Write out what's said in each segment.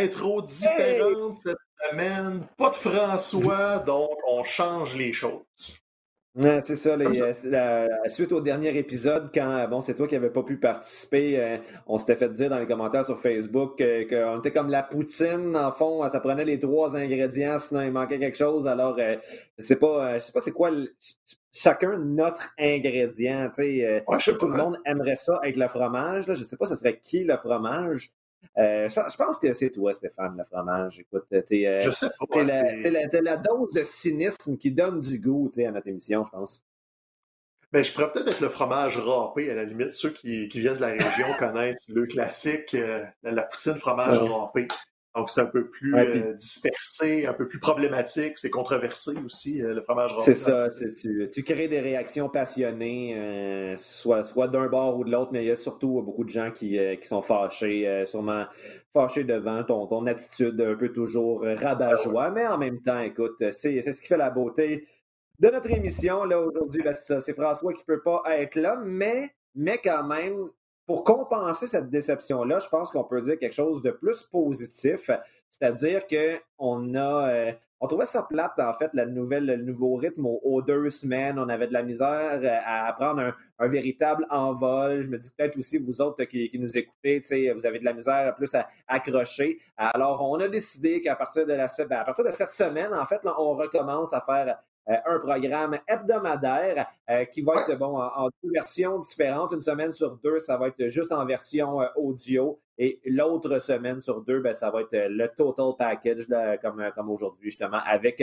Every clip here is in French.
intro différente cette semaine. Pas de François, donc on change les choses. Ouais, c'est ça. Suite au dernier épisode, quand c'est toi qui n'avais pas pu participer, on s'était fait dire dans les commentaires sur Facebook qu'on était comme la poutine. En fond, ça prenait les 3 ingrédients, sinon il manquait quelque chose. Alors, je sais pas c'est quoi chacun notre ingrédient. Tout le monde aimerait ça avec le fromage. Là. Je sais pas ce serait qui le fromage. Je pense que c'est toi, Stéphane, le fromage. Écoute, je sais pas. T'es la dose de cynisme qui donne du goût à notre émission, je pense. Ben, je pourrais peut-être être le fromage râpé, à la limite. Ceux qui viennent de la région connaissent le classique, la poutine fromage râpé. Donc, c'est un peu plus dispersé, un peu plus problématique. C'est controversé aussi, le fromage râpé. C'est ça. Tu crées des réactions passionnées, soit d'un bord ou de l'autre, mais il y a surtout beaucoup de gens qui sont fâchés, sûrement fâchés devant ton attitude un peu toujours rabat-joie. Mais en même temps, écoute, c'est ce qui fait la beauté de notre émission. Là, aujourd'hui, c'est François qui ne peut pas être là, mais quand même, pour compenser cette déception-là, je pense qu'on peut dire quelque chose de plus positif, c'est-à-dire qu'on on trouvait ça plate, en fait, le nouveau rythme aux 2 semaines. On avait de la misère à prendre un véritable envol. Je me dis peut-être aussi, vous autres qui nous écoutez, vous avez de la misère plus à accrocher. Alors, on a décidé qu'à partir de cette semaine, en fait, là, on recommence à faire un programme hebdomadaire qui va être en 2 versions différentes. Une semaine sur 2, ça va être juste en version audio. Et l'autre semaine sur 2, ça va être le total package, là, comme aujourd'hui, justement, avec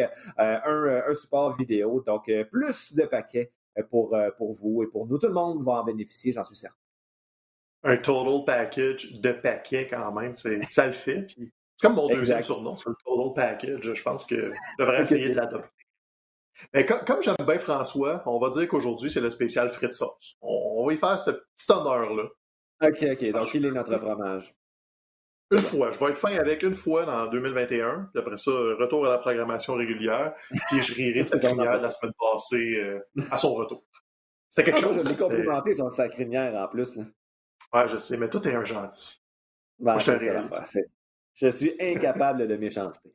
un support vidéo. Donc, plus de paquets pour vous et pour nous. Tout le monde va en bénéficier, j'en suis certain. Un total package de paquets, quand même. Ça le fait. Puis, c'est comme mon deuxième surnom, c'est le total package. Je pense que je devrais essayer de l'adopter. Mais comme j'aime bien François, on va dire qu'aujourd'hui, c'est le spécial frites sauce. On va y faire ce petit honneur-là. OK. Donc, il est notre fromage. Une fois. Je vais être fin avec une fois dans 2021. Puis après ça, retour à la programmation régulière. Puis je rirai de cette crinière de la semaine passée à son retour. C'était quelque chose. Je l'ai complimenté sur sa crinière en plus. Là. Ouais, je sais, mais toi, t'es un gentil. Moi, je te réalise. Je suis incapable de méchanceté.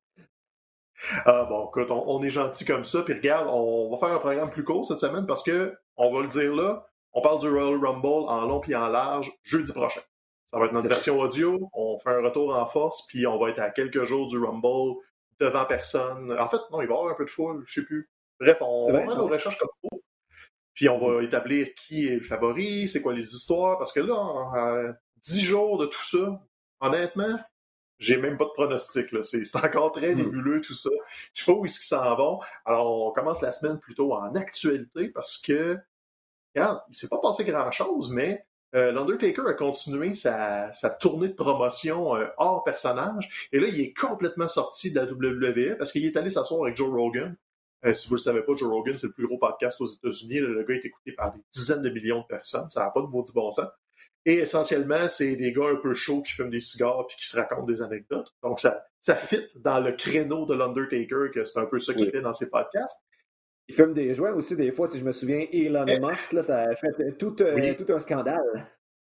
Ah bon, écoute, on est gentil comme ça. Puis regarde, on va faire un programme plus court cette semaine parce que, on va le dire là, on parle du Royal Rumble en long puis en large jeudi prochain. Ça va être notre version audio. On fait un retour en force, puis on va être à quelques jours du Rumble devant personne. En fait, non, il va y avoir un peu de foule, je sais plus. Bref, on va faire nos recherches comme il faut. Puis on va établir qui est le favori, c'est quoi les histoires, parce que là, en 10 jours de tout ça, honnêtement, j'ai même pas de pronostic. Là. C'est encore très nébuleux, tout ça. Je sais pas où est-ce qu'ils s'en vont. Alors, on commence la semaine plutôt en actualité parce que, regarde, il s'est pas passé grand-chose, mais l'Undertaker a continué sa tournée de promotion hors personnage. Et là, il est complètement sorti de la WWE parce qu'il est allé s'asseoir avec Joe Rogan. Si vous le savez pas, Joe Rogan, c'est le plus gros podcast aux États-Unis. Le gars est écouté par des dizaines de millions de personnes. Ça n'a pas de maudit bon sens. Et essentiellement, c'est des gars un peu chauds qui fument des cigares puis qui se racontent des anecdotes. Donc, ça fit dans le créneau de l'Undertaker, que c'est un peu ça qu'il fait dans ses podcasts. Il fume des joints aussi, des fois, si je me souviens, Elon Musk, là, ça a fait tout un scandale.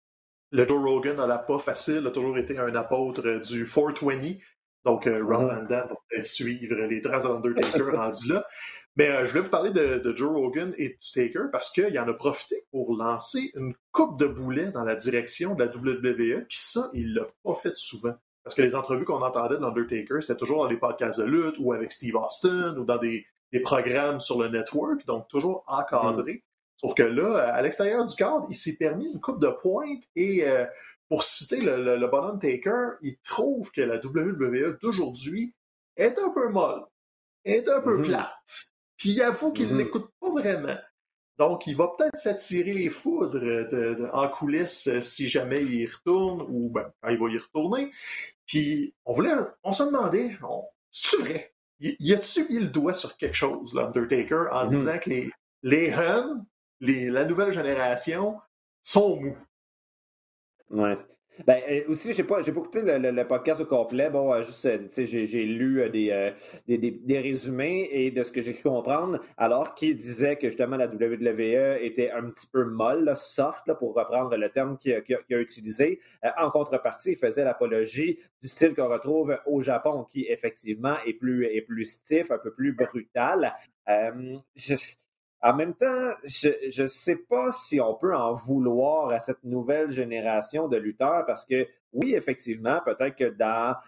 Le Joe Rogan n'a la pas facile, a toujours été un apôtre du 420. Donc, Rob Van Dam va peut-être suivre les traces de l'Undertaker rendu là. Mais je voulais vous parler de Joe Rogan et du Taker parce qu'il en a profité pour lancer une coupe de boulets dans la direction de la WWE. Puis ça, il l'a pas fait souvent. Parce que les entrevues qu'on entendait de l'Undertaker, c'était toujours dans les podcasts de lutte ou avec Steve Austin ou dans des programmes sur le network, donc toujours encadré. Sauf que là, à l'extérieur du cadre, il s'est permis une coupe de pointe et pour citer le bonhomme Taker, il trouve que la WWE d'aujourd'hui est un peu molle, est un peu plate. Puis il avoue qu'il n'écoute pas vraiment. Donc, il va peut-être s'attirer les foudres en coulisses si jamais il y retourne ou quand il va y retourner. Puis, on se demandait, c'est-tu vrai? Y a-tu mis le doigt sur quelque chose, l'Undertaker, en disant que les Hun, la nouvelle génération, sont mous? Ouais. Aussi, j'ai pas écouté le podcast au complet. Bon, juste, j'ai lu des résumés et de ce que j'ai pu comprendre, alors qu'il disait que justement la WWE était un petit peu molle, là, soft, là, pour reprendre le terme qu'il a utilisé. En contrepartie, il faisait l'apologie du style qu'on retrouve au Japon, qui effectivement est plus stiff, un peu plus brutal. En même temps, je ne sais pas si on peut en vouloir à cette nouvelle génération de lutteurs parce que, oui, effectivement, peut-être que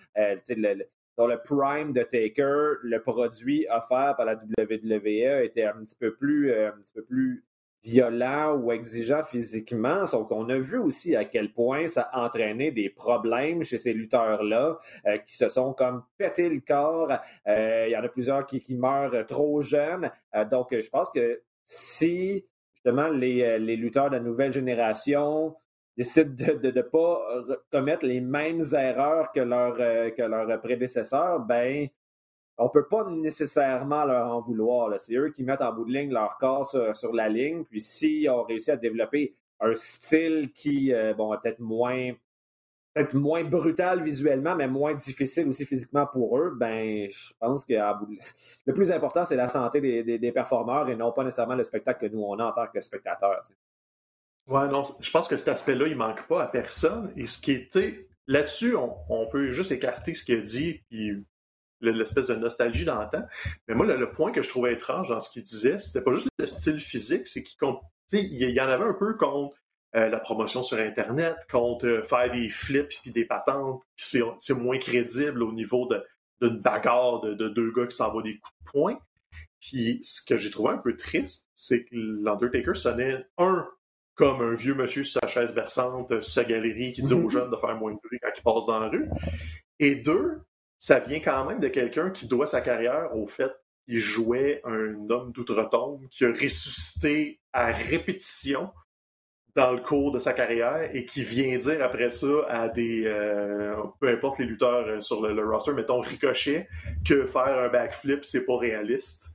dans le prime de Taker, le produit offert par la WWE était un petit peu plus violent ou exigeant physiquement. Sauf qu'on a vu aussi à quel point ça a entraîné des problèmes chez ces lutteurs-là qui se sont comme pété le corps. Il y en a plusieurs qui meurent trop jeunes. Donc, je pense que si justement les lutteurs de la nouvelle génération décident de ne pas commettre les mêmes erreurs que leurs prédécesseurs, ben on ne peut pas nécessairement leur en vouloir. Là. C'est eux qui mettent en bout de ligne leur corps sur la ligne. Puis s'ils ont réussi à développer un style qui est peut-être moins brutal visuellement, mais moins difficile aussi physiquement pour eux, ben je pense que le plus important, c'est la santé des performeurs et non pas nécessairement le spectacle que nous, on a en tant que spectateurs. Tu sais. Ouais, non, je pense que cet aspect-là, il manque pas à personne. Et ce qui était là-dessus, on peut juste écarter ce qu'il a dit, puis l'espèce de nostalgie dans le temps. Mais moi, le point que je trouvais étrange dans ce qu'il disait, c'était pas juste le style physique, c'est qu'il y en avait un peu contre la promotion sur Internet, contre faire des flips puis des patentes, c'est moins crédible au niveau d'une bagarre de deux gars qui s'envoient des coups de poing. Puis ce que j'ai trouvé un peu triste, c'est que l'Undertaker sonnait comme un vieux monsieur sur sa chaise berçante, sur sa galerie, qui dit aux jeunes de faire moins de bruit quand ils passent dans la rue. Et deux, ça vient quand même de quelqu'un qui doit sa carrière au fait qu'il jouait un homme d'outre-tombe qui a ressuscité à répétition dans le cours de sa carrière et qui vient dire après ça à peu importe les lutteurs sur le roster, mettons Ricochet, que faire un backflip, c'est pas réaliste.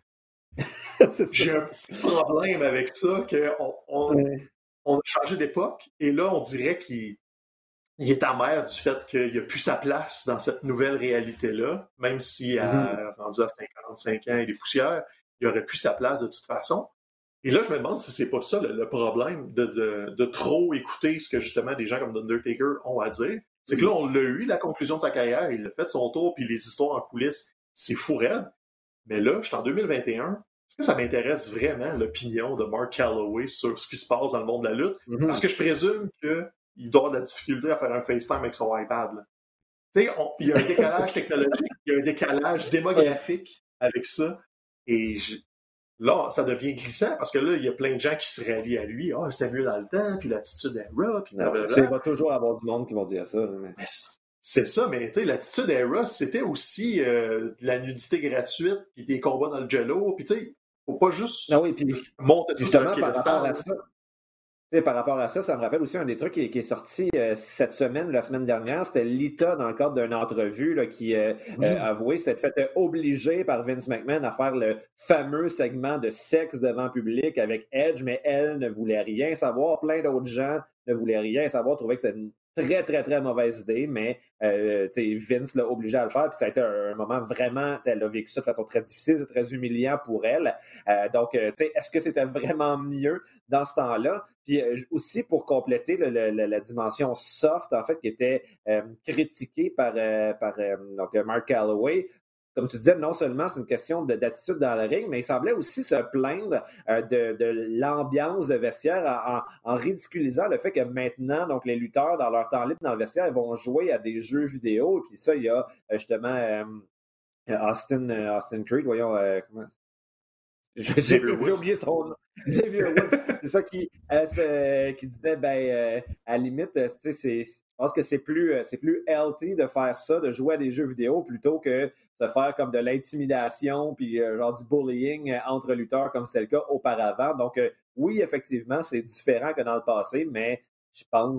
J'ai un petit problème avec ça, on a changé d'époque et là, on dirait qu'il est amer du fait qu'il n'a plus sa place dans cette nouvelle réalité-là, même s'il a rendu à 55 ans et des poussières, il n'aurait plus sa place de toute façon. Et là, je me demande si c'est pas ça le problème de trop écouter ce que justement des gens comme Undertaker ont à dire. C'est que là, on l'a eu, la conclusion de sa carrière, il a fait son tour, puis les histoires en coulisses, c'est fou raide. Mais là, je suis en 2021. Est-ce que ça m'intéresse vraiment l'opinion de Mark Calloway sur ce qui se passe dans le monde de la lutte? Parce que je présume qu'il doit avoir de la difficulté à faire un FaceTime avec son iPad. Tu sais, il y a un décalage technologique, il y a un décalage démographique avec ça. Et là, ça devient glissant parce que là, il y a plein de gens qui se rallient à lui. Ah, c'était mieux dans le temps, puis l'attitude era, puis blablabla. Il va toujours avoir du monde qui va dire ça. Mais c'est ça, mais tu sais, l'attitude era, c'était aussi de la nudité gratuite, puis des combats dans le jello, puis tu sais, faut pas juste monter justement par rapport à ça. Par rapport à ça, ça me rappelle aussi un des trucs qui est sorti cette semaine, la semaine dernière. C'était Lita, dans le cadre d'une entrevue, là, qui avouait s'être fait obliger par Vince McMahon à faire le fameux segment de sexe devant public avec Edge, mais elle ne voulait rien savoir. Plein d'autres gens ne voulaient rien savoir, trouvaient que c'était une très, très, très mauvaise idée, mais Vince l'a obligé à le faire, puis ça a été un moment vraiment, elle a vécu ça de façon très difficile, c'est très humiliant pour elle. Donc, est-ce que c'était vraiment mieux dans ce temps-là? Puis aussi pour compléter la dimension soft, en fait, qui était critiquée par donc, Mark Calloway. Comme tu disais, non seulement c'est une question d'attitude dans le ring, mais il semblait aussi se plaindre de l'ambiance de vestiaire en ridiculisant le fait que maintenant, donc les lutteurs, dans leur temps libre dans le vestiaire, ils vont jouer à des jeux vidéo. Et puis ça, il y a justement Austin Creed, voyons, comment... J'ai oublié son nom. Xavier Woods. C'est ça qui disait, à la limite, je pense que c'est plus healthy de faire ça, de jouer à des jeux vidéo plutôt que de faire comme de l'intimidation puis genre du bullying entre lutteurs comme c'était le cas auparavant. Donc, oui, effectivement, c'est différent que dans le passé, mais je pense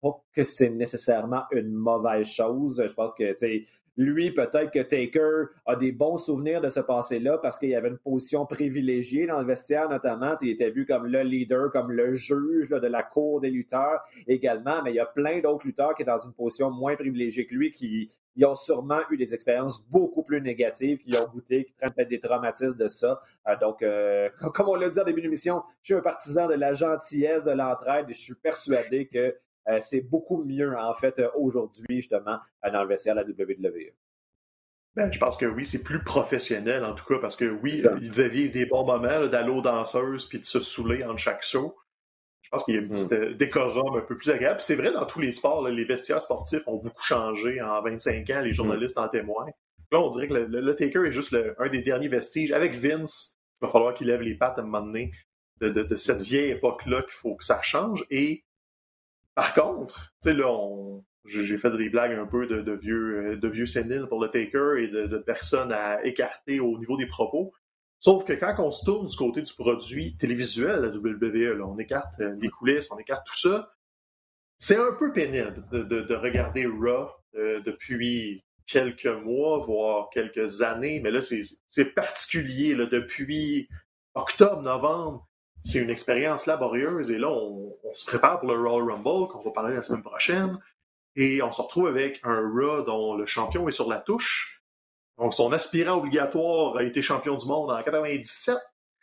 pas que c'est nécessairement une mauvaise chose. Je pense que, tu sais, lui, peut-être que Taker a des bons souvenirs de ce passé-là parce qu'il y avait une position privilégiée dans le vestiaire, notamment. Il était vu comme le leader, comme le juge là, de la cour des lutteurs également. Mais il y a plein d'autres lutteurs qui sont dans une position moins privilégiée que lui qui ils ont sûrement eu des expériences beaucoup plus négatives, qui ont goûté, qui traînent peut-être des traumatismes de ça. Donc, comme on l'a dit en début d'émission, je suis un partisan de la gentillesse, de l'entraide, et je suis persuadé que c'est beaucoup mieux, en fait, aujourd'hui, justement, dans le vestiaire de la WWE. Ben, je pense que oui, c'est plus professionnel, en tout cas, parce que oui, il devait vivre des bons moments là, d'aller aux danseuses puis de se saouler entre chaque show. Je pense qu'il y a un petit décorum un peu plus agréable. Puis c'est vrai dans tous les sports, là, les vestiaires sportifs ont beaucoup changé en 25 ans, les journalistes en témoignent. Là, on dirait que le Taker est juste un des derniers vestiges. Avec Vince, il va falloir qu'il lève les pattes à un moment donné de cette vieille époque-là qu'il faut que ça change. Et par contre, tu sais, là, j'ai fait des blagues un peu de vieux séniles pour le Taker et de personnes à écarter au niveau des propos. Sauf que quand on se tourne du côté du produit télévisuel, la WWE, là, on écarte les coulisses, on écarte tout ça, c'est un peu pénible de regarder Raw depuis quelques mois, voire quelques années, mais là, c'est particulier. Là, depuis octobre, novembre, c'est une expérience laborieuse et là, on se prépare pour le Royal Rumble, qu'on va parler la semaine prochaine, et on se retrouve avec un Raw dont le champion est sur la touche. Donc, son aspirant obligatoire a été champion du monde en 97.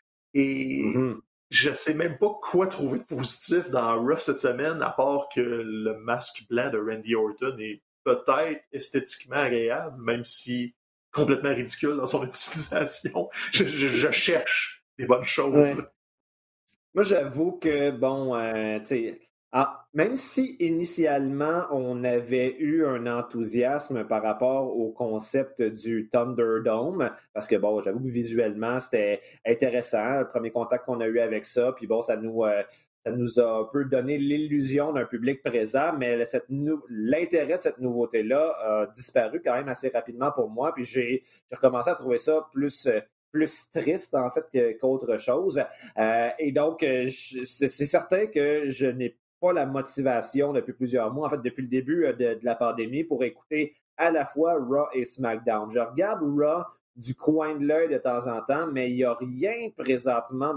Et je sais même pas quoi trouver de positif dans Raw cette semaine, à part que le masque blanc de Randy Orton est peut-être esthétiquement agréable, même si complètement ridicule dans son utilisation. Je cherche des bonnes choses. Ouais. Moi, j'avoue que, bon, tu sais, même si initialement on avait eu un enthousiasme par rapport au concept du Thunderdome, parce que, bon, j'avoue que visuellement, c'était intéressant, le premier contact qu'on a eu avec ça, puis bon, ça nous a un peu donné l'illusion d'un public présent, mais l'intérêt de cette nouveauté-là a disparu quand même assez rapidement pour moi, puis j'ai recommencé à trouver ça plus triste, en fait, qu'autre chose. Et donc, c'est certain que je n'ai pas la motivation depuis plusieurs mois, en fait, depuis le début de la pandémie, pour écouter à la fois Raw et SmackDown. Je regarde Raw du coin de l'œil de temps en temps, mais il n'y a rien présentement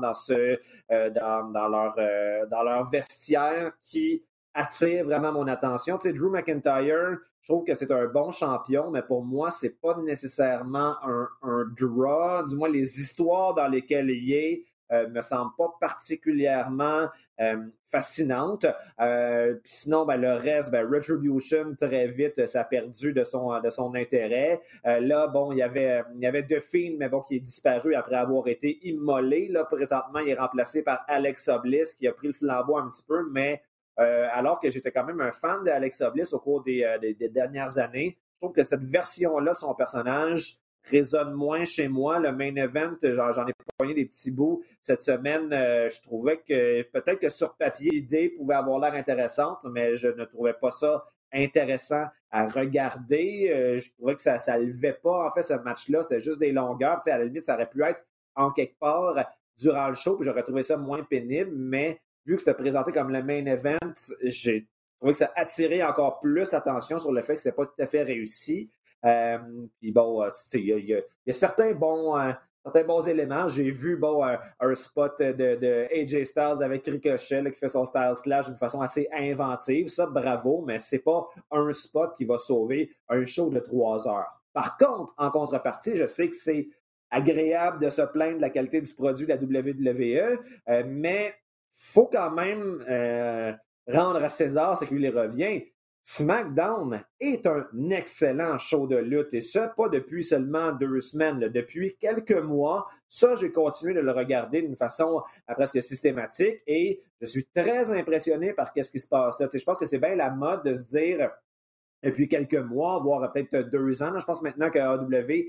dans leur vestiaire qui attire vraiment mon attention. Tu sais, Drew McIntyre, je trouve que c'est un bon champion, mais pour moi, c'est pas nécessairement un draw. Du moins, les histoires dans lesquelles il est me semblent pas particulièrement fascinantes. Puis sinon, ben, le reste, ben, Retribution, très vite, ça a perdu de son intérêt. Là, bon, il y avait The Fiend, mais bon, qui est disparu après avoir été immolé. Là, présentement, il est remplacé par Alexa Bliss, qui a pris le flambeau un petit peu, mais alors que j'étais quand même un fan d'Alexa Bliss au cours des dernières années, je trouve que cette version-là de son personnage résonne moins chez moi. Le main event, j'en ai pogné des petits bouts cette semaine. Je trouvais que peut-être que sur papier, l'idée pouvait avoir l'air intéressante, mais je ne trouvais pas ça intéressant à regarder. Je trouvais que ça ne levait pas, en fait, ce match-là. C'était juste des longueurs. Tu sais, à la limite, ça aurait pu être en quelque part durant le show, puis j'aurais trouvé ça moins pénible, mais vu que c'était présenté comme le main event, j'ai trouvé que ça attirait encore plus l'attention sur le fait que c'était pas tout à fait réussi. Puis bon, il y a certains bons éléments. J'ai vu un spot de AJ Styles avec Ricochet là, qui fait son Style Slash d'une façon assez inventive. Ça, bravo, mais c'est pas un spot qui va sauver un show de 3 heures. Par contre, en contrepartie, je sais que c'est agréable de se plaindre de la qualité du produit de la WWE, mais faut quand même rendre à César ce qui lui revient. SmackDown est un excellent show de lutte, et ça, pas depuis seulement 2 semaines, là, depuis quelques mois. Ça, j'ai continué de le regarder d'une façon presque systématique, et je suis très impressionné par ce qui se passe là. Je pense que c'est bien la mode de se dire depuis quelques mois, voire peut-être 2 ans. Là, je pense maintenant que AEW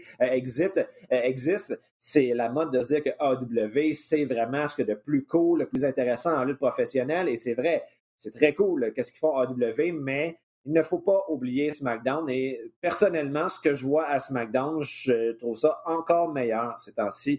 existe. C'est la mode de se dire que AEW, c'est vraiment ce que de plus cool, le plus intéressant en lutte professionnelle. Et c'est vrai, c'est très cool qu'est-ce qu'ils font AEW, mais il ne faut pas oublier SmackDown. Et personnellement, ce que je vois à SmackDown, je trouve ça encore meilleur ces temps-ci.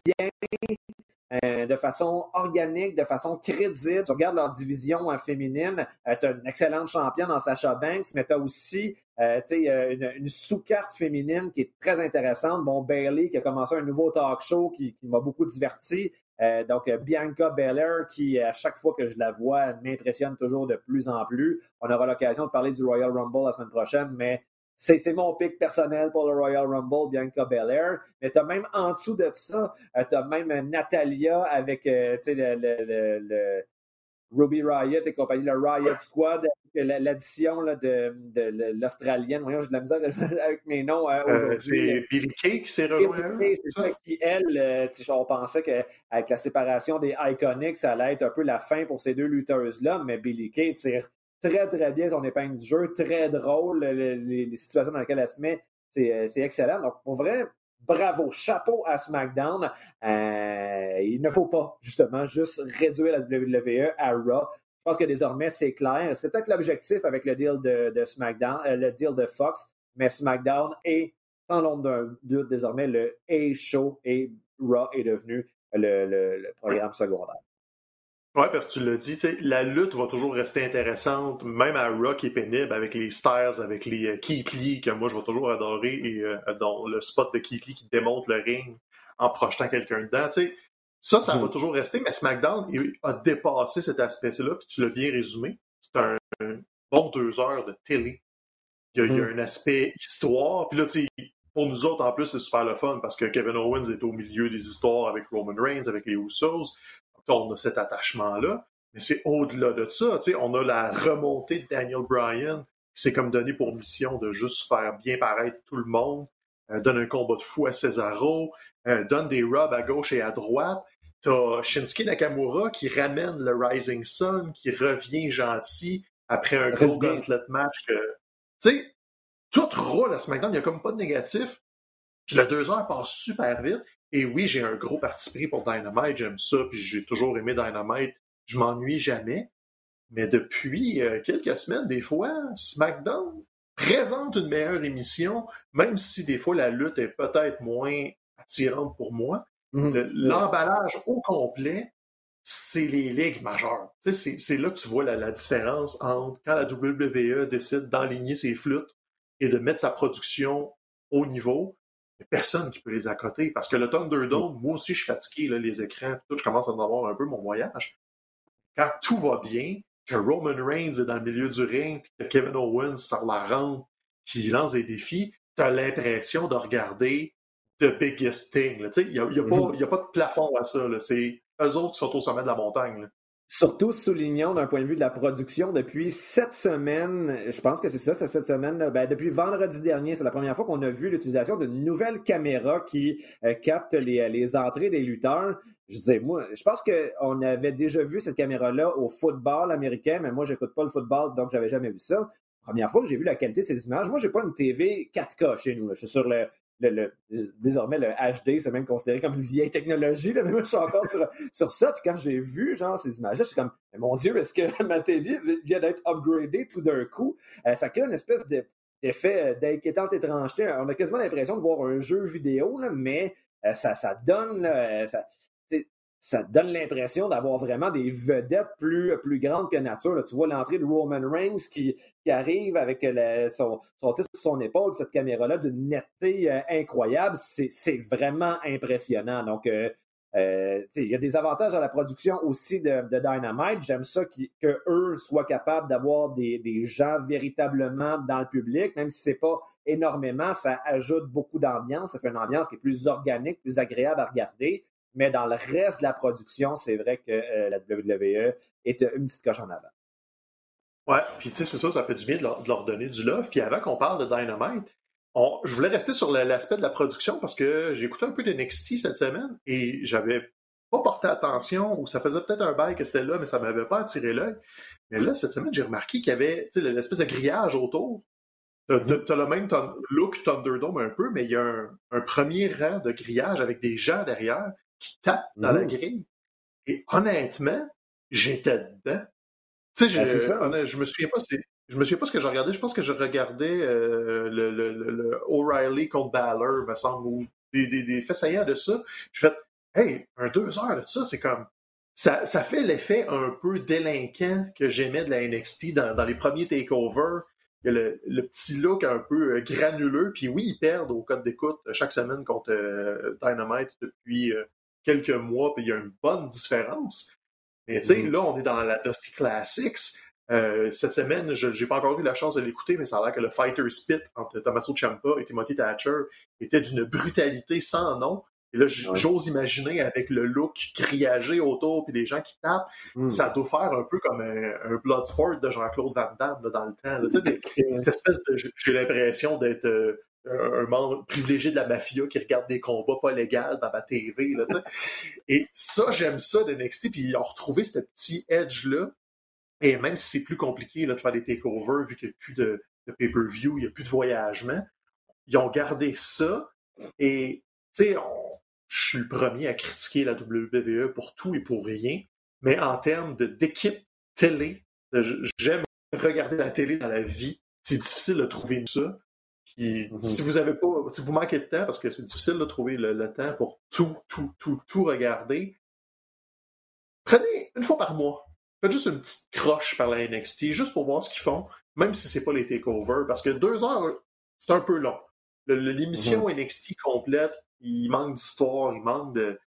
bien, de façon organique, de façon crédible. Tu regardes leur division féminine, tu as une excellente championne en Sasha Banks, mais tu as aussi une sous-carte féminine qui est très intéressante. Bon, Bayley qui a commencé un nouveau talk show qui m'a beaucoup diverti. Donc, Bianca Belair qui, à chaque fois que je la vois, m'impressionne toujours de plus en plus. On aura l'occasion de parler du Royal Rumble la semaine prochaine, mais c'est mon pick personnel pour le Royal Rumble, Bianca Belair. Mais tu as même en dessous de ça, tu as même Natalia avec le Ruby Riott et compagnie, le Riot Squad, avec l'addition de l'Australienne. Voyons, j'ai de la misère avec mes noms aujourd'hui. C'est Billie Kay qui s'est rejoint. C'est ça qui, elle, on pensait qu'avec la séparation des Iconics, ça allait être un peu la fin pour ces deux lutteuses-là, mais Billie Kay tire très, très bien son épingle du jeu, très drôle, les situations dans lesquelles elle se met, c'est excellent. Donc, pour vrai, bravo, chapeau à SmackDown. Il ne faut pas, justement, juste réduire la WWE à Raw. Je pense que désormais, c'est clair. C'est peut-être l'objectif avec le deal de SmackDown, le deal de Fox, mais SmackDown est, sans l'ombre d'un doute, désormais le A-Show et Raw est devenu le programme secondaire. Oui, parce que tu l'as dit, la lutte va toujours rester intéressante, même à Raw qui est pénible, avec les Styles, avec les Keith Lee, que moi je vais toujours adorer, et dans le spot de Keith Lee qui démonte le ring en projetant quelqu'un dedans. Ça va toujours rester, mais SmackDown a dépassé cet aspect-là, puis tu l'as bien résumé. C'est un bon 2 heures de télé. Il y a un aspect histoire, puis là, pour nous autres, en plus, c'est super le fun, parce que Kevin Owens est au milieu des histoires avec Roman Reigns, avec les Usos. On a cet attachement-là, mais c'est au-delà de ça. On a la remontée de Daniel Bryan, qui s'est comme donné pour mission de juste faire bien paraître tout le monde, donne un combat de fou à Cesaro, donne des rubs à gauche et à droite. T'as Shinsuke Nakamura qui ramène le Rising Sun, qui revient gentil après un gros gauntlet match. Tout roule à SmackDown, il n'y a comme pas de négatif. Puis le 2 heures passe super vite. Et oui, j'ai un gros parti pris pour Dynamite, j'aime ça, puis j'ai toujours aimé Dynamite, je m'ennuie jamais. Mais depuis quelques semaines, des fois, SmackDown présente une meilleure émission, même si des fois la lutte est peut-être moins attirante pour moi. L'emballage au complet, c'est les ligues majeures. C'est là que tu vois la différence entre quand la WWE décide d'enligner ses flûtes et de mettre sa production au niveau. Il n'y a personne qui peut les accoter. Parce que le Thunderdome, moi aussi, je suis fatigué, là, les écrans, tout, je commence à en avoir un peu mon voyage. Quand tout va bien, que Roman Reigns est dans le milieu du ring, que Kevin Owens sort la rampe, qui lance des défis, tu as l'impression de regarder The Biggest Thing. Il n'y a pas de plafond à ça. Là. C'est eux autres qui sont au sommet de la montagne. Là. Surtout, soulignons d'un point de vue de la production, depuis 7 semaines, je pense que c'est ça, c'est cette semaine, depuis vendredi dernier, c'est la première fois qu'on a vu l'utilisation d'une nouvelle caméra qui capte les entrées des lutteurs. Je disais, moi, je pense qu'on avait déjà vu cette caméra-là au football américain, mais moi, j'écoute pas le football, donc j'avais jamais vu ça. Première fois que j'ai vu la qualité de ces images. Moi, j'ai pas une TV 4K chez nous. Là. Je suis sur désormais, le HD, c'est même considéré comme une vieille technologie. Là, mais moi, je suis encore sur ça. Puis quand j'ai vu ces images-là, je suis comme, mon Dieu, est-ce que ma TV vient d'être upgradée tout d'un coup? Ça crée une espèce d'effet d'inquiétante étrangeté. On a quasiment l'impression de voir un jeu vidéo, là, mais ça donne... ça donne l'impression d'avoir vraiment des vedettes plus grandes que nature. Là, tu vois l'entrée de Roman Reigns qui arrive avec son titre sur son épaule, cette caméra-là d'une netteté incroyable. C'est vraiment impressionnant. Donc, il y a des avantages à la production aussi de Dynamite. J'aime ça qu'eux soient capables d'avoir des gens véritablement dans le public, même si c'est pas énormément, ça ajoute beaucoup d'ambiance. Ça fait une ambiance qui est plus organique, plus agréable à regarder. Mais dans le reste de la production, c'est vrai que la WWE est une petite coche en avant. Ouais, puis tu sais, c'est ça fait du bien de leur donner du love. Puis avant qu'on parle de Dynamite, je voulais rester sur l'aspect de la production parce que j'ai écouté un peu de NXT cette semaine et j'avais pas porté attention, ou ça faisait peut-être un bail que c'était là, mais ça m'avait pas attiré l'œil. Mais là, cette semaine, j'ai remarqué qu'il y avait l'espèce de grillage autour. T'as le même look Thunderdome un peu, mais il y a un premier rang de grillage avec des gens derrière qui tapent dans la grille. Et honnêtement, j'étais dedans. Tu sais, je me souviens pas ce que j'ai regardé. Je pense que je regardais le O'Reilly contre Balor, me semble, ou des faits saillants de ça. J'ai fait, hey, un 2 heures de ça, c'est comme... Ça fait l'effet un peu délinquant que j'aimais de la NXT dans les premiers takeovers. Il y a le petit look un peu granuleux. Puis oui, ils perdent au code d'écoute chaque semaine contre Dynamite depuis quelques mois. Puis il y a une bonne différence. Mais tu sais, là, on est dans la Dusty Classics. Cette semaine, je n'ai pas encore eu la chance de l'écouter, mais ça a l'air que le Fighter Spit entre Tommaso Ciampa et Timothy Thatcher était d'une brutalité sans nom. Et là, j'ose imaginer avec le look grillagé autour puis les gens qui tapent, ça doit faire un peu comme un Bloodsport de Jean-Claude Van Damme là, dans le temps. Là. Cette espèce de... J'ai l'impression d'être un membre privilégié de la mafia qui regarde des combats pas légaux dans ma TV. Là, et ça, j'aime ça de NXT. Puis ils ont retrouvé ce petit edge-là. Et même si c'est plus compliqué là, de faire des takeovers, vu qu'il n'y a plus de pay-per-view, il n'y a plus de voyagement, ils ont gardé ça. Et tu sais, je suis le premier à critiquer la WWE pour tout et pour rien, mais en termes d'équipe télé, j'aime regarder la télé dans la vie. C'est difficile de trouver ça. Puis si vous manquez de temps, parce que c'est difficile de trouver le temps pour tout regarder, prenez une fois par mois. Faites juste une petite croche par la NXT, juste pour voir ce qu'ils font, même si c'est pas les takeovers, parce que 2 heures, c'est un peu long. L'émission NXT complète, il manque d'histoire, il manque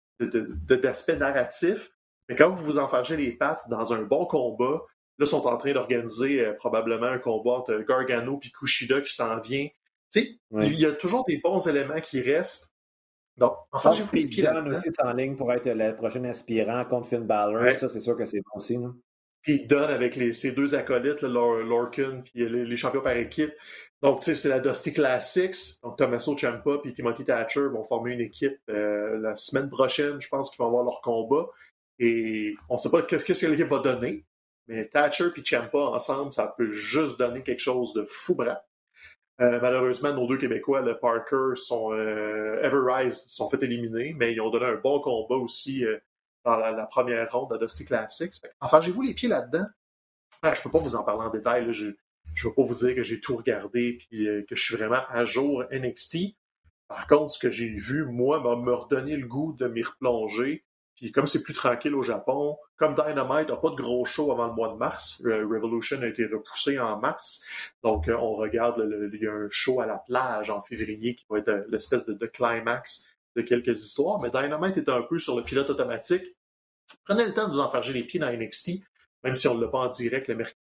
d'aspect narratif. Mais quand vous vous enfargez les pattes dans un bon combat, là, ils sont en train d'organiser probablement un combat entre Gargano et Kushida qui s'en vient. Tu sais, il y a toujours des bons éléments qui restent. Donc, enfin, je vous Dunn aussi est en ligne pour être le prochain aspirant contre Finn Balor. Ouais. Ça, c'est sûr que c'est bon aussi. Là. Puis Dunn avec ses deux acolytes, Lorcan puis les champions par équipe. Donc, tu sais, c'est la Dusty Classics. Donc, Tommaso Ciampa puis Timothy Thatcher vont former une équipe la semaine prochaine. Je pense qu'ils vont avoir leur combat. Et on ne sait pas qu'est-ce que l'équipe va donner. Mais Thatcher puis Ciampa ensemble, ça peut juste donner quelque chose de fou bras. Malheureusement, nos deux Québécois, le Parker, Everrise, sont fait éliminer, mais ils ont donné un bon combat aussi dans la première ronde de Dusty Classics. Enfin, j'ai-vous les pieds là-dedans? Je ne peux pas vous en parler en détail. Là. Je ne vais pas vous dire que j'ai tout regardé et que je suis vraiment à jour NXT. Par contre, ce que j'ai vu, moi, m'a redonné le goût de m'y replonger. Puis comme c'est plus tranquille au Japon, comme Dynamite n'a pas de gros show avant le mois de mars, Revolution a été repoussé en mars, donc on regarde, il y a un show à la plage en février qui va être l'espèce de climax de quelques histoires, mais Dynamite est un peu sur le pilote automatique. Prenez le temps de vous enfarger les pieds dans NXT, même si on ne l'a pas en direct le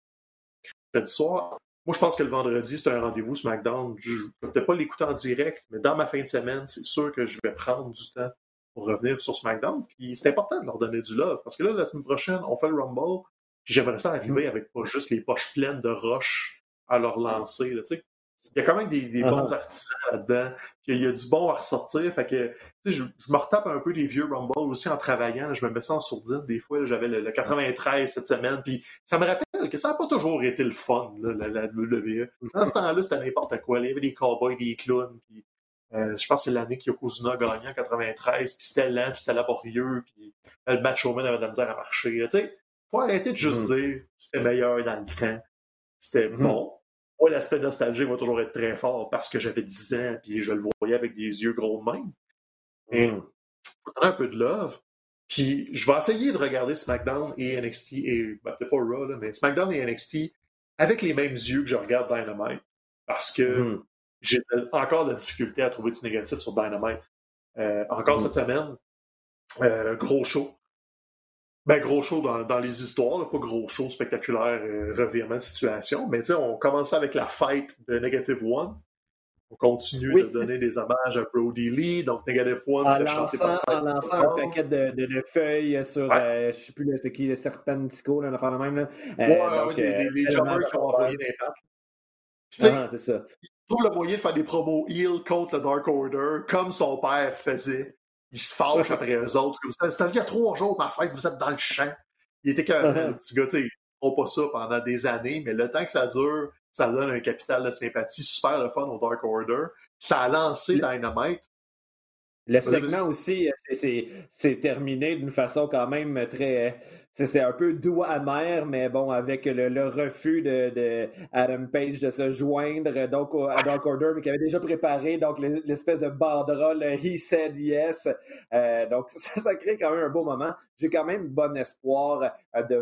mercredi soir. Moi, je pense que le vendredi, c'est un rendez-vous SmackDown. Je ne peux peut-être pas l'écouter en direct, mais dans ma fin de semaine, c'est sûr que je vais prendre du temps pour revenir sur SmackDown. Puis c'est important de leur donner du love, parce que là, la semaine prochaine, on fait le Rumble, puis j'aimerais ça arriver avec pas juste les poches pleines de roches à leur lancer. Là, il y a quand même des bons artisans là-dedans, puis il y a du bon à ressortir. Fait que je me retape un peu des vieux Rumble aussi en travaillant. Là, je me mets ça en sourdine. Des fois, là, j'avais le 93 cette semaine, puis ça me rappelle que ça n'a pas toujours été le fun, là, la WWE. Dans ce temps-là, c'était n'importe quoi. Il y avait des cowboys, des clowns, puis je pense que c'est l'année qu'Yokozuna a gagné en 93, puis c'était lent, puis c'était laborieux, puis le match Showman avait de la misère à marcher. Tu sais, faut arrêter de juste dire c'était meilleur dans le temps. C'était bon. Moi, l'aspect nostalgique va toujours être très fort parce que j'avais 10 ans, puis je le voyais avec des yeux gros de même. Et faut donner un peu de love. Puis je vais essayer de regarder SmackDown et NXT, et peut-être pas Raw, là, mais SmackDown et NXT avec les mêmes yeux que je regarde Dynamite. Parce que j'ai encore de la difficulté à trouver du négatif sur Dynamite. Encore cette semaine, gros show. Gros show dans les histoires, là, pas gros show spectaculaire, revirement de situation. Mais tu sais, on commençait avec la fight de Negative One. On continue de donner des hommages à Brody Lee. Donc, Negative One, en lançant un paquet de feuilles sur, je ne sais plus c'était qui, le Serpentico, là, l'affaire de même. Là. Les jumpers qui ont envoyé l'impact. C'est ça. Il trouve le moyen de faire des promos heel contre le Dark Order, comme son père faisait. Il se fâche après eux autres. C'était il y a 3 jours, ma fête, vous êtes dans le champ. Il était le petit gars, tu sais, ils font pas ça pendant des années, mais le temps que ça dure, ça donne un capital de sympathie super le fun au Dark Order. Puis ça a lancé Dynamite. Le segment aussi, c'est terminé d'une façon quand même très, c'est un peu doux amer, mais bon, avec le refus de Adam Page de se joindre donc à Dark Order, mais qui avait déjà préparé donc l'espèce de banderole He Said Yes. Donc ça crée quand même un beau moment. J'ai quand même bon espoir de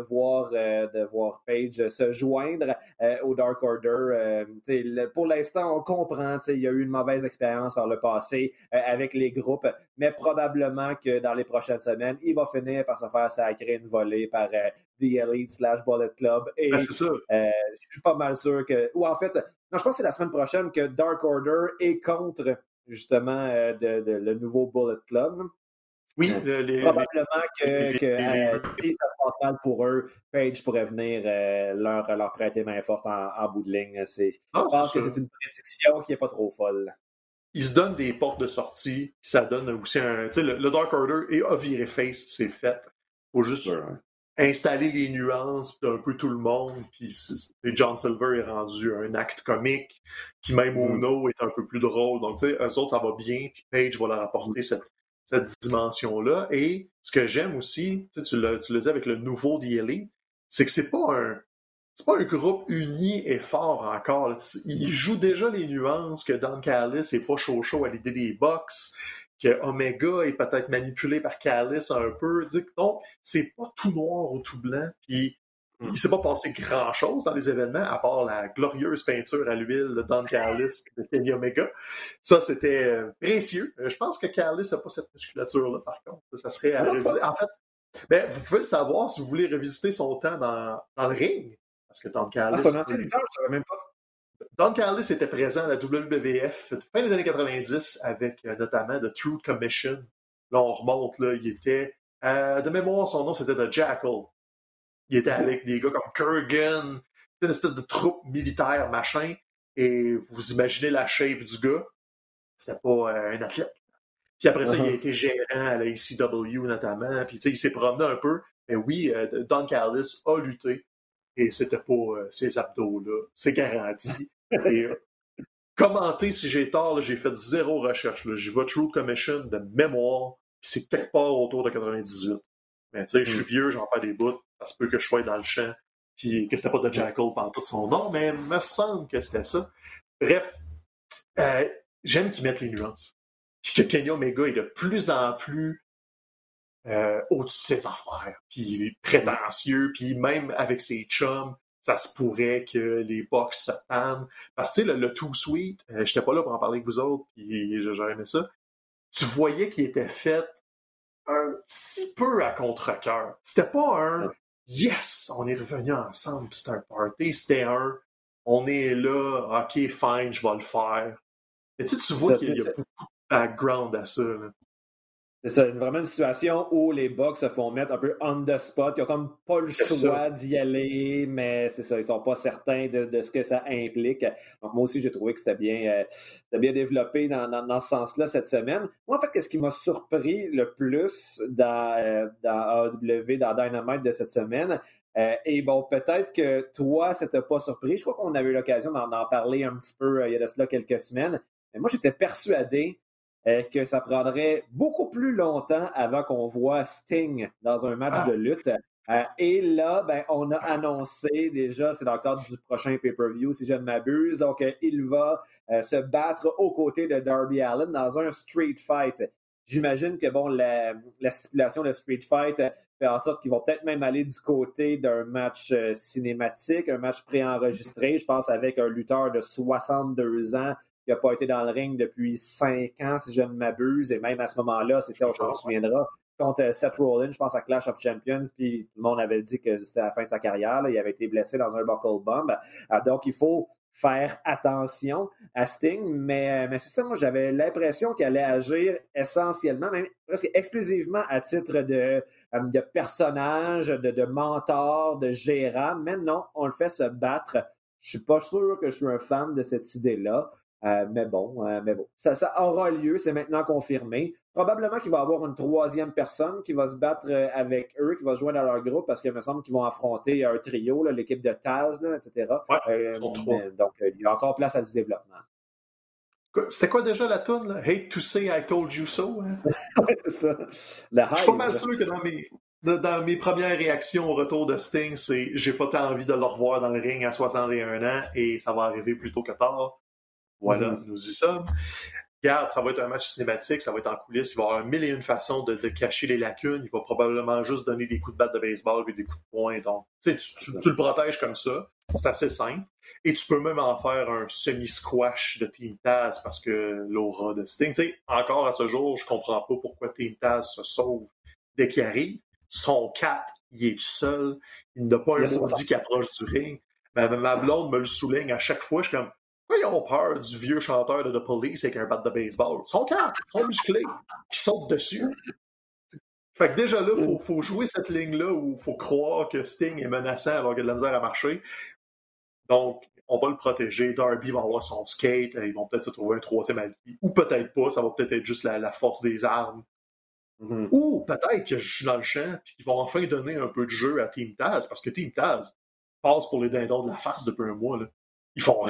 voir Page se joindre au Dark Order. Pour l'instant, on comprend, il y a eu une mauvaise expérience par le passé avec les groupes, mais probablement que dans les prochaines semaines, il va finir par se faire sacrer une volée par The Elite / Bullet Club. Et c'est ça. Je suis pas mal sûr que... Ou en fait, non, je pense que c'est la semaine prochaine que Dark Order est contre, justement, le nouveau Bullet Club. Oui, probablement que si ça se passe mal pour eux, Page pourrait venir leur prêter main forte en bout de ligne. Je pense que c'est une prédiction qui n'est pas trop folle. Ils se donnent des portes de sortie, puis ça donne aussi un... Tu sais, le Dark Order a viré face, c'est fait. Faut juste installer les nuances d'un peu tout le monde, puis John Silver est rendu un acte comique, puis même Uno est un peu plus drôle. Donc, tu sais, eux autres, ça va bien, puis Page va leur apporter cette dimension-là. Et ce que j'aime aussi, tu l'as dit avec le nouveau DLA, c'est que c'est pas un groupe uni et fort encore. Il joue déjà les nuances que Don Callis n'est pas chaud à l'idée des box, que Omega est peut-être manipulé par Callis un peu. Donc, c'est pas tout noir ou tout blanc. Puis, il s'est pas passé grand-chose dans les événements, à part la glorieuse peinture à l'huile de Don Callis et de Kenny Omega. Ça, c'était précieux. Je pense que Callis n'a pas cette musculature-là, par contre. Ça serait à réviser. En fait, vous pouvez le savoir si vous voulez revisiter son temps dans le ring. Parce que Don Callis... c'est un ancien lutteur, je ne savais même pas. Don Callis était présent à la WWF fin des années 90 avec notamment The Truth Commission. Là, on remonte, là, il était... de mémoire, son nom, c'était The Jackal. Il était avec des gars comme Kurgan. C'était une espèce de troupe militaire, machin. Et vous imaginez la shape du gars. C'était pas un athlète. Puis après ça, il a été gérant à la ECW, notamment. Puis, tu sais, il s'est promené un peu. Mais oui, Don Callis a lutté. Et c'était pas ces abdos-là. C'est garanti. Et commenter si j'ai tort, là, j'ai fait 0 recherche. J'y vais Truth Commission de mémoire, puis c'est quelque part autour de 98. Mais tu sais, je suis vieux, j'en perds des bouts. Ça se peut que je sois dans le champ, puis que c'était pas de Jackal pendant tout son nom, mais il me semble que c'était ça. Bref, j'aime qu'ils mettent les nuances. Puis que Kenny Omega est de plus en plus au-dessus de ses affaires, puis prétentieux, puis même avec ses chums, ça se pourrait que les box se tannent. Parce que, tu sais, le Too Sweet, j'étais pas là pour en parler avec vous autres, puis j'ai aimé ça. Tu voyais qu'il était fait un petit peu à contre-cœur. C'était pas un « Yes, on est revenus ensemble, puis c'était un party », c'était un « On est là, ok, fine, je vais le faire ». Mais tu vois qu'il y a beaucoup de background à ça, là. C'est ça, vraiment une situation où les Bucks se font mettre un peu on the spot. Ils n'ont comme pas le choix d'y aller, mais c'est ça, ils sont pas certains de ce que ça implique. Donc moi aussi, j'ai trouvé que c'était bien développé dans ce sens-là cette semaine. Moi, en fait, ce qui m'a surpris le plus dans AEW, dans Dynamite de cette semaine, et bon, peut-être que toi, ça t'a pas surpris. Je crois qu'on avait eu l'occasion d'en parler un petit peu il y a de cela quelques semaines. Mais moi, j'étais persuadé que ça prendrait beaucoup plus longtemps avant qu'on voit Sting dans un match de lutte. Et là, on a annoncé déjà, c'est dans le cadre du prochain pay-per-view, si je ne m'abuse, donc il va se battre aux côtés de Darby Allin dans un street fight. J'imagine que la stipulation de street fight fait en sorte qu'ils vont peut-être même aller du côté d'un match cinématique, un match préenregistré, je pense avec un lutteur de 62 ans qui n'a pas été dans le ring depuis 5 ans, si je ne m'abuse. Et même à ce moment-là, on s'en souviendra, contre Seth Rollins, je pense à Clash of Champions, puis tout le monde avait dit que c'était la fin de sa carrière. Là. Il avait été blessé dans un buckle bomb. Donc, il faut faire attention à Sting. Mais c'est ça, moi, j'avais l'impression qu'il allait agir essentiellement, même presque exclusivement à titre de personnage, de mentor, de gérant. Mais non, on le fait se battre. Je suis pas sûr que je suis un fan de cette idée-là. Mais bon, ça aura lieu, c'est maintenant confirmé. Probablement qu'il va y avoir une troisième personne qui va se battre avec eux, qui va se joindre à leur groupe, parce qu'il me semble qu'ils vont affronter un trio, là, l'équipe de Taz, là, etc. Ouais, donc, il y a encore place à du développement. C'était quoi déjà la toune, là? Hate to say I told you so? Hein? Ouais, c'est ça. Je suis pas mal sûr que Dans mes premières réactions au retour de Sting, c'est j'ai pas tant envie de le revoir dans le ring à 61 ans et ça va arriver plus tôt que tard. Voilà, nous y sommes. Regarde, ça va être un match cinématique, ça va être en coulisses, il va y avoir 1001 façons de cacher les lacunes, il va probablement juste donner des coups de batte de baseball et des coups de poing. Donc, tu le protèges comme ça, c'est assez simple. Et tu peux même en faire un semi-squash de Team Taz parce que l'aura de Sting, tu sais, encore à ce jour, je comprends pas pourquoi Team Taz se sauve dès qu'il arrive. Son 4, il est tout seul, il n'a pas un maudit qui approche du ring. Ma blonde me le souligne à chaque fois, je suis comme, pourquoi ils ont peur du vieux chanteur de The Police avec un bat de baseball? Ils sont calmes, ils sont musclés, ils sautent dessus. Fait que déjà là, il faut jouer cette ligne-là où il faut croire que Sting est menaçant alors qu'il a de la misère à marcher. Donc, on va le protéger. Darby va avoir son skate. Ils vont peut-être se trouver un troisième allié. Ou peut-être pas. Ça va peut-être être juste la force des armes. Ou peut-être que je suis dans le champ et qu'ils vont enfin donner un peu de jeu à Team Taz. Parce que Team Taz passe pour les dindons de la farce depuis un mois. Là. Ils font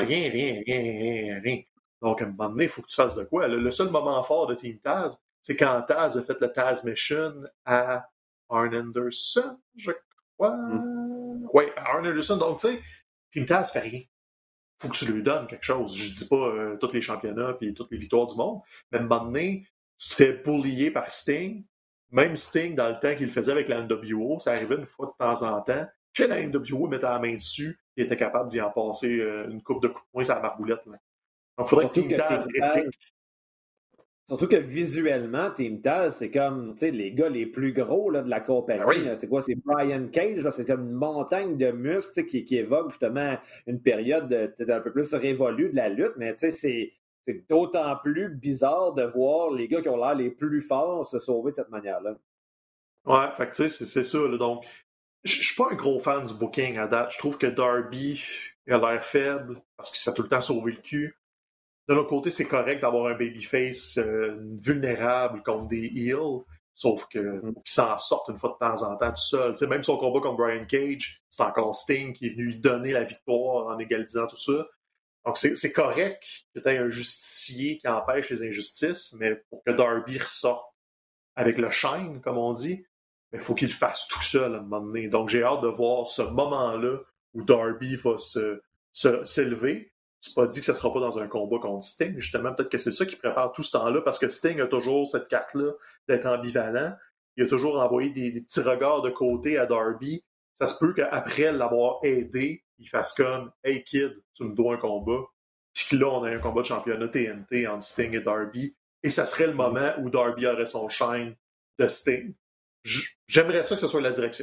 rien. Donc, à un moment donné, il faut que tu fasses de quoi. Le seul moment fort de Team Taz, c'est quand Taz a fait le Taz Mission à Arn Anderson, je crois. Oui, à Arn Anderson. Donc, tu sais, Team Taz fait rien. Faut que tu lui donnes quelque chose. Je dis pas tous les championnats et toutes les victoires du monde, mais à un moment donné, tu te fais bullier par Sting. Même Sting, dans le temps qu'il le faisait avec la NWO, ça arrivait une fois de temps en temps que la NWO mettait la main dessus et était capable d'y en passer une coupe de coups de poing sur la marboulette. Là. Donc, il faudrait que Team Taz réplique. Surtout que visuellement, Team Taz, c'est comme les gars les plus gros là, de la compagnie. Oui. Là, c'est quoi? C'est Brian Cage. Là, c'est comme une montagne de muscles qui évoque justement une période peut-être un peu plus révolue de la lutte. Mais c'est d'autant plus bizarre de voir les gars qui ont l'air les plus forts se sauver de cette manière-là. Ouais, fait que tu sais, c'est ça. Là, donc, je suis pas un gros fan du booking à date. Je trouve que Darby a l'air faible parce qu'il se fait tout le temps sauver le cul. De l'autre côté, c'est correct d'avoir un babyface vulnérable contre des heels, sauf que faut qu'il s'en sorte une fois de temps en temps tout seul. T'sais, même son combat contre Brian Cage, c'est encore Sting qui est venu lui donner la victoire en égalisant tout ça. Donc c'est correct que tu aies un justicier qui empêche les injustices, mais pour que Darby ressorte avec le shine, comme on dit, il faut qu'il le fasse tout seul à un moment donné. Donc j'ai hâte de voir ce moment-là où Darby va s'élever. C'est pas dit que ce ne sera pas dans un combat contre Sting. Justement, peut-être que c'est ça qui prépare tout ce temps-là, parce que Sting a toujours cette carte-là d'être ambivalent. Il a toujours envoyé des petits regards de côté à Darby. Ça se peut qu'après l'avoir aidé, il fasse comme « Hey kid, tu me dois un combat. » Puis que là, on a un combat de championnat TNT entre Sting et Darby. Et ça serait le moment où Darby aurait son shine de Sting. J'aimerais ça que ce soit la direction.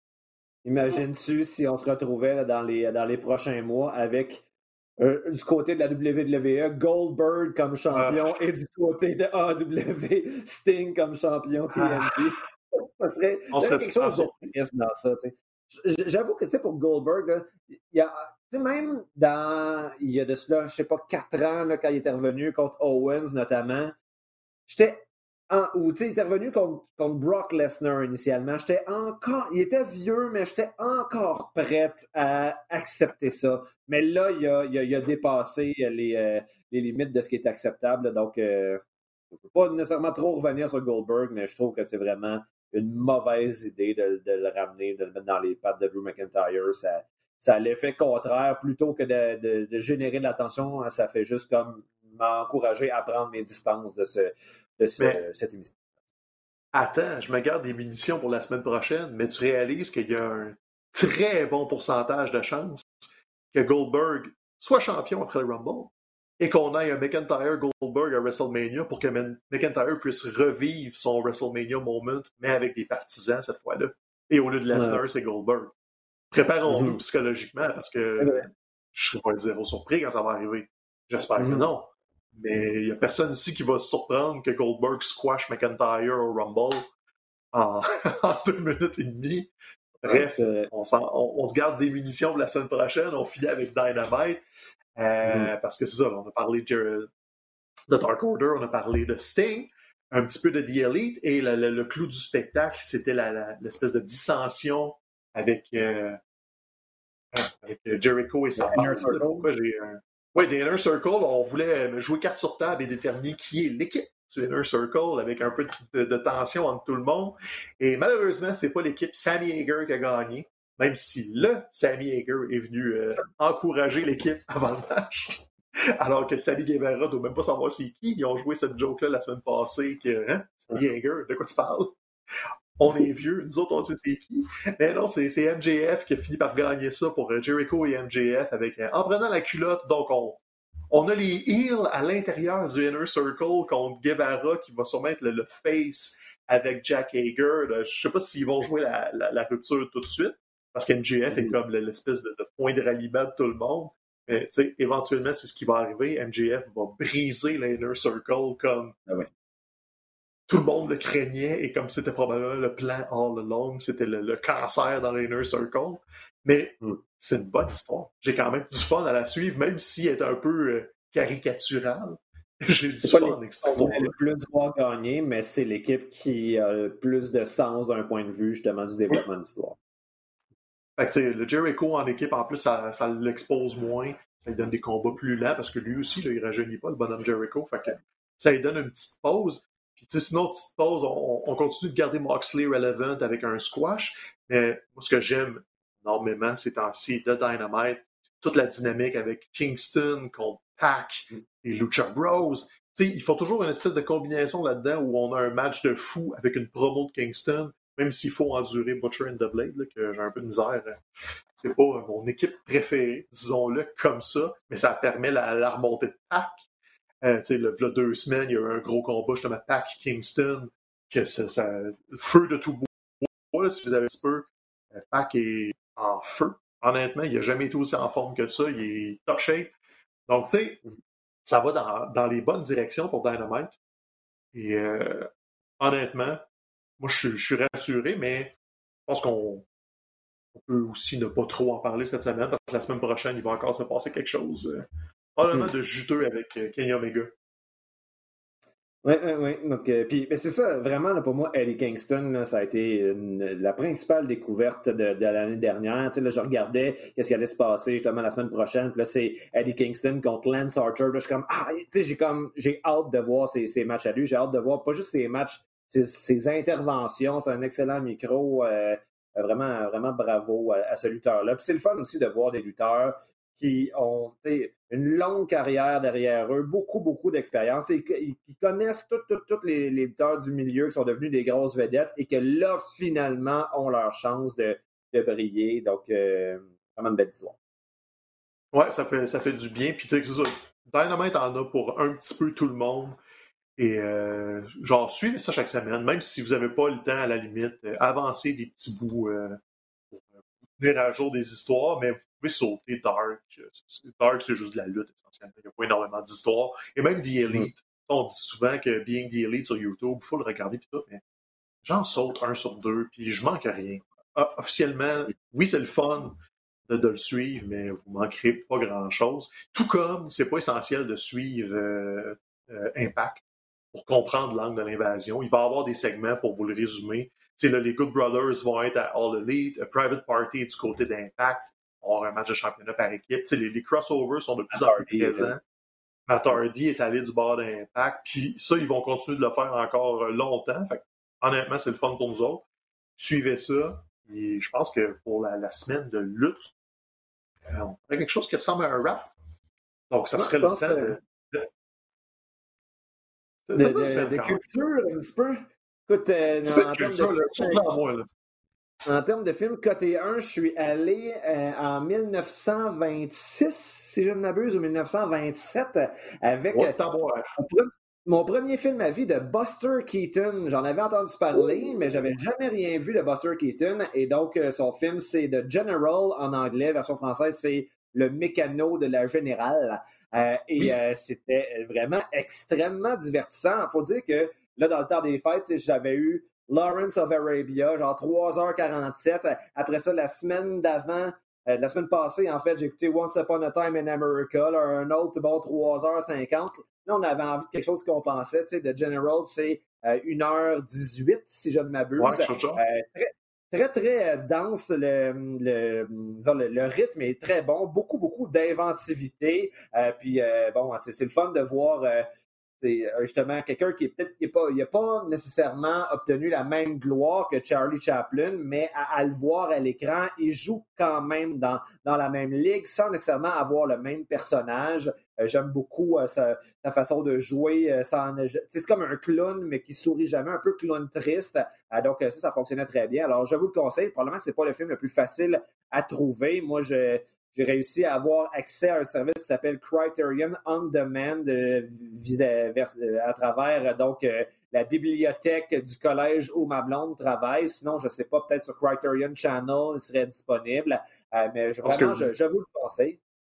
Imagines-tu si on se retrouvait là, dans les prochains mois avec du côté de la WWE, Goldberg comme champion et du côté de AEW, Sting comme champion TNT. Ça serait quelque chose de triste dans ça. J'avoue que pour Goldberg, là, il y a même il y a de cela, je sais pas, 4 ans, là, quand il était revenu contre Owens notamment, il était revenu contre Brock Lesnar initialement. Il était vieux, mais j'étais encore prête à accepter ça. Mais là, il a dépassé les limites de ce qui est acceptable. Donc, on ne peut pas nécessairement trop revenir sur Goldberg, mais je trouve que c'est vraiment une mauvaise idée de le ramener, de le mettre dans les pattes de Drew McIntyre. Ça a l'effet contraire. Plutôt que de générer de l'attention, ça fait juste comme m'encourager à prendre mes distances de cette émission. Attends, je me garde des munitions pour la semaine prochaine, mais tu réalises qu'il y a un très bon pourcentage de chances que Goldberg soit champion après le Rumble et qu'on ait un McIntyre-Goldberg à WrestleMania pour que McIntyre puisse revivre son WrestleMania moment, mais avec des partisans cette fois-là. Et au lieu de Lesnar, c'est Goldberg. Préparons-nous psychologiquement parce que je ne serais pas zéro surpris quand ça va arriver. J'espère que non. Mais il n'y a personne ici qui va se surprendre que Goldberg squash McIntyre au Rumble en 2 minutes et demie. Bref, on se garde des munitions pour la semaine prochaine. On finit avec Dynamite. Parce que c'est ça, on a parlé de Dark Order, on a parlé de Sting, un petit peu de The Elite, et le clou du spectacle, c'était l'espèce de dissension avec Jericho et sa Inner Circle. Pourquoi j'ai... Oui, The Inner Circle, on voulait jouer carte sur table et déterminer qui est l'équipe du Inner Circle avec un peu de tension entre tout le monde. Et malheureusement, c'est pas l'équipe Sammy Hagar qui a gagné, même si le Sammy Hagar est venu encourager l'équipe avant le match. Alors que Sammy Guevara doit même pas savoir c'est qui. Ils ont joué cette joke-là la semaine passée que, hein, Sammy Hagar, de quoi tu parles? On est vieux, nous autres on sait c'est qui. Mais non, c'est MJF qui a fini par gagner ça pour Jericho et MJF avec, en prenant la culotte. Donc on a les heels à l'intérieur du Inner Circle contre Guevara qui va sûrement être le face avec Jack Hager. Je sais pas s'ils vont jouer la rupture tout de suite parce qu'MJF est comme l'espèce de point de ralliement de tout le monde. Mais éventuellement, c'est ce qui va arriver. MJF va briser l'Inner Circle comme tout le monde le craignait et comme c'était probablement le plan all along, c'était le cancer dans l'Inner Circle. Mais c'est une bonne histoire. J'ai quand même du fun à la suivre, même si elle est un peu caricaturale. J'ai du fun avec cette histoire. Le plus voir gagner, mais c'est l'équipe qui a le plus de sens d'un point de vue justement du développement de l'histoire. Fait que, le Jericho en équipe, en plus, ça l'expose moins. Ça lui donne des combats plus lents parce que lui aussi, là, il rajeunit pas, le bonhomme Jericho. Fait que ça lui donne une petite pause. Puis sinon, petite pause, on continue de garder Moxley relevant avec un squash. Mais moi, ce que j'aime énormément ces temps-ci de Dynamite, toute la dynamique avec Kingston contre Pac et Lucha Bros. Ils font toujours une espèce de combinaison là-dedans où on a un match de fou avec une promo de Kingston, même s'il faut endurer Butcher and the Blade, là, que j'ai un peu de misère. C'est pas mon équipe préférée, disons-le comme ça, mais ça permet la remontée de Pac. Il y a 2 semaines, il y a eu un gros combat, justement, Pac-Kingston, que ça feu de tout bois, là, si vous avez un petit peu. Pac est en feu. Honnêtement, il n'a jamais été aussi en forme que ça. Il est top shape. Donc, tu sais, ça va dans les bonnes directions pour Dynamite. Et honnêtement, moi, je suis rassuré, mais je pense qu'on peut aussi ne pas trop en parler cette semaine, parce que la semaine prochaine, il va encore se passer quelque chose probablement de juteux avec Kenny Omega. Oui. Donc, puis, c'est ça, vraiment, là, pour moi, Eddie Kingston, là, ça a été la principale découverte de l'année dernière. Là, je regardais qu'est-ce qui allait se passer justement la semaine prochaine. Puis là, c'est Eddie Kingston contre Lance Archer. Là, je suis comme, j'ai hâte de voir ces matchs à lui. J'ai hâte de voir pas juste ses matchs, ses interventions. C'est un excellent micro. Vraiment, vraiment bravo à ce lutteur-là. Puis c'est le fun aussi de voir des lutteurs qui ont une longue carrière derrière eux, beaucoup d'expérience, et qui connaissent tous les lutteurs du milieu qui sont devenus des grosses vedettes et que là, finalement, ont leur chance de briller. Donc, vraiment une belle histoire. Ouais, ça fait du bien. Puis, tu sais, c'est ça. Dynamite en a pour un petit peu tout le monde. Et genre, suivez ça chaque semaine, même si vous n'avez pas le temps, à la limite, avancez des petits bouts pour tenir à jour des histoires, mais vous pouvez sauter Dark. Dark, c'est juste de la lutte, essentiellement. Il n'y a pas énormément d'histoires. Et même The Elite. On dit souvent que Being The Elite sur YouTube, il faut le regarder pis tout, mais j'en saute 1 sur 2, puis je manque rien. Officiellement, oui, c'est le fun de le suivre, mais vous manquerez pas grand-chose. Tout comme c'est pas essentiel de suivre Impact pour comprendre l'angle de l'invasion. Il va y avoir des segments pour vous le résumer. Là, les Good Brothers vont être à All Elite, a Private Party du côté d'Impact, on va avoir un match de championnat par équipe. Les crossovers sont de plus en plus présents. Matt Hardy est allé du bord d'Impact, puis ça, ils vont continuer de le faire encore longtemps. Fait, honnêtement, c'est le fun pour nous autres. Suivez ça. Et je pense que pour la semaine de lutte, on ferait quelque chose qui ressemble à un rap. Donc, ça serait le temps de culture, un petit peu. Écoute, en termes de film, côté 1, je suis allé en 1926, si je ne m'abuse, ou 1927, avec mon premier film à vie de Buster Keaton. J'en avais entendu parler, mais j'avais jamais rien vu de Buster Keaton. Et donc, son film, c'est The General en anglais. Version française, c'est Le Mécano de la Générale. C'était vraiment extrêmement divertissant. Il faut dire que là, dans le temps des fêtes, j'avais eu Lawrence of Arabia, genre 3h47. Après ça, la semaine d'avant, la semaine passée, en fait, j'ai écouté Once Upon a Time in America, là, un autre, 3h50. Là, on avait envie de quelque chose qu'on pensait. The General, c'est 1h18, si je ne m'abuse. Ouais, très dense. Le rythme est très bon. Beaucoup d'inventivité. C'est le fun de voir c'est justement quelqu'un qui est peut-être il n'a pas nécessairement obtenu la même gloire que Charlie Chaplin, mais à le voir à l'écran, il joue quand même dans la même ligue sans nécessairement avoir le même personnage. J'aime beaucoup sa façon de jouer. C'est comme un clown, mais qui sourit jamais, un peu clown triste. Donc ça fonctionnait très bien. Alors, je vous le conseille. Probablement que c'est pas le film le plus facile à trouver. Moi, j'ai réussi à avoir accès à un service qui s'appelle Criterion On Demand à travers donc la bibliothèque du collège où ma blonde travaille. Sinon, je ne sais pas, peut-être sur Criterion Channel, il serait disponible. Mais je vous le conseille.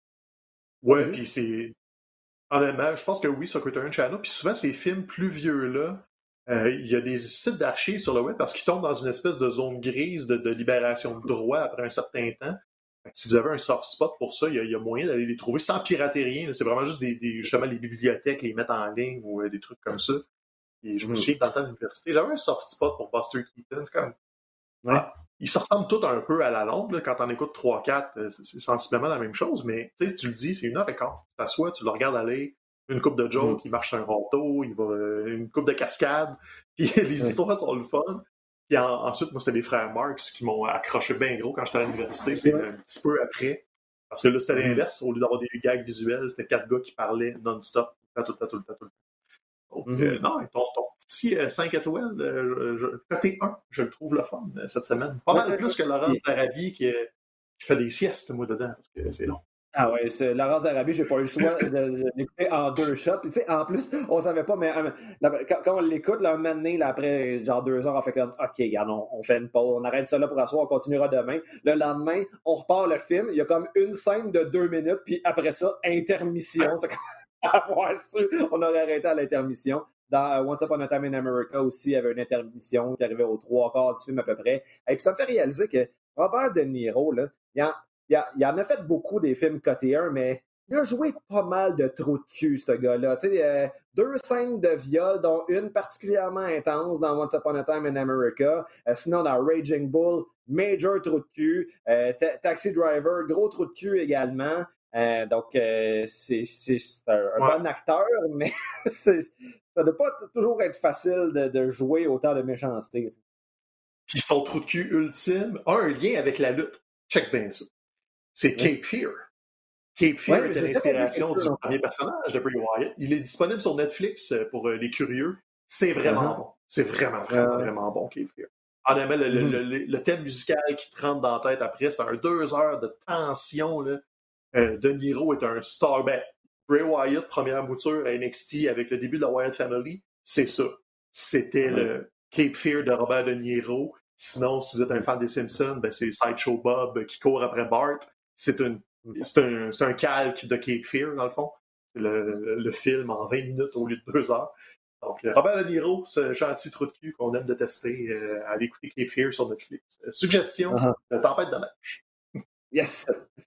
Ouais, puis c'est... Honnêtement, je pense que oui, sur Criterion Channel. Puis souvent, ces films plus vieux-là, il y a des sites d'archives sur le web parce qu'ils tombent dans une espèce de zone grise de libération de droit après un certain temps. Si vous avez un soft spot pour ça, il y a moyen d'aller les trouver sans pirater rien. Là. C'est vraiment juste justement les bibliothèques les mettre en ligne ou des trucs comme ça. Et je me souviens que dans le temps de l'université, j'avais un soft spot pour Buster Keaton. C'est comme... Ouais. Ils se ressemblent tous un peu à la longue. Là. Quand on écoute 3-4, c'est sensiblement la même chose. Mais tu le dis, c'est 1h15. Tu t'assois, tu le regardes aller, une coupe de joke, il marche sur un râteau, il va une coupe de cascade. Puis les histoires sont le fun. Puis ensuite, moi, c'était les frères Marx qui m'ont accroché bien gros quand j'étais à l'université. C'est un petit peu après. Parce que là, c'était l'inverse. Au lieu d'avoir des gags visuels, c'était 4 gars qui parlaient non-stop, tout le temps. Donc, non, ton petit 5 étoiles, côté 1, je le trouve le fun cette semaine. Pas mal plus que Laurence d'Arabie qui fait des siestes, moi, dedans, parce que c'est long. Ah oui, Laurence d'Arabie, j'ai pas eu le choix de l'écouter en 2 shots. Puis, en plus, on savait pas, mais quand on l'écoute, là, un moment donné, là, après genre 2 heures, on fait comme OK, regarde, on fait une pause, on arrête ça là pour asseoir, on continuera demain. Le lendemain, on repart le film, il y a comme une scène de 2 minutes, puis après ça, intermission. C'est comme avoir su, on aurait arrêté à l'intermission. Dans Once Upon a Time in America aussi, il y avait une intermission qui arrivait aux 3 quarts du film à peu près. Et puis ça me fait réaliser que Robert De Niro, là, il en a fait beaucoup des films côté 1, mais il a joué pas mal de trous de cul, ce gars-là. Tu sais, 2 scènes de viol, dont une particulièrement intense dans Once Upon a Time in America. Sinon, dans Raging Bull, major trou de cul. Taxi Driver, gros trou de cul également. Donc, c'est un bon acteur, mais ça ne doit pas toujours être facile de jouer autant de méchanceté. Puis son trou de cul ultime a un lien avec la lutte. Check bien ça. C'est Cape Fear. Cape Fear était l'inspiration du premier personnage de Bray Wyatt. Il est disponible sur Netflix pour les curieux. C'est vraiment bon. C'est vraiment bon, Cape Fear. Honnêtement, le thème musical qui te rentre dans la tête après, c'est un 2 heures de tension. Là. De Niro est un star. Bray Wyatt, première mouture à NXT avec le début de la Wyatt Family, c'est ça. C'était le Cape Fear de Robert De Niro. Sinon, si vous êtes un fan des Simpsons, c'est Sideshow Bob qui court après Bart. C'est un calque de Cape Fear, dans le fond. C'est le film en 20 minutes au lieu de 2 heures. Donc, Robert De Niro, ce gentil trou de cul qu'on aime détester, allez écouter Cape Fear sur Netflix. Suggestion, Tempête de neige. Yes!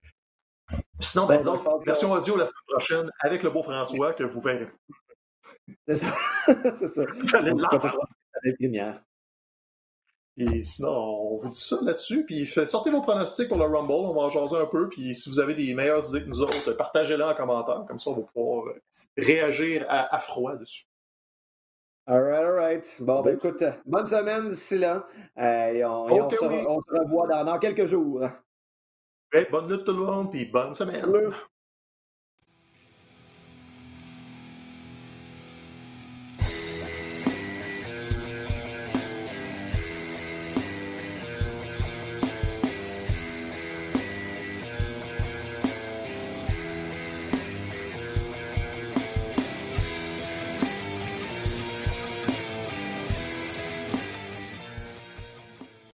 Sinon, version audio la semaine prochaine avec le beau François que vous verrez. C'est ça. C'est ça. Et sinon, on vous dit ça là-dessus. Puis sortez vos pronostics pour le Rumble. On va en jaser un peu. Puis si vous avez des meilleures idées que nous autres, partagez-les en commentaire. Comme ça, on va pouvoir réagir à froid dessus. All right. Bon, écoute, bonne semaine d'ici là. Et on se revoit dans quelques jours. Bonne nuit tout le monde, puis bonne semaine.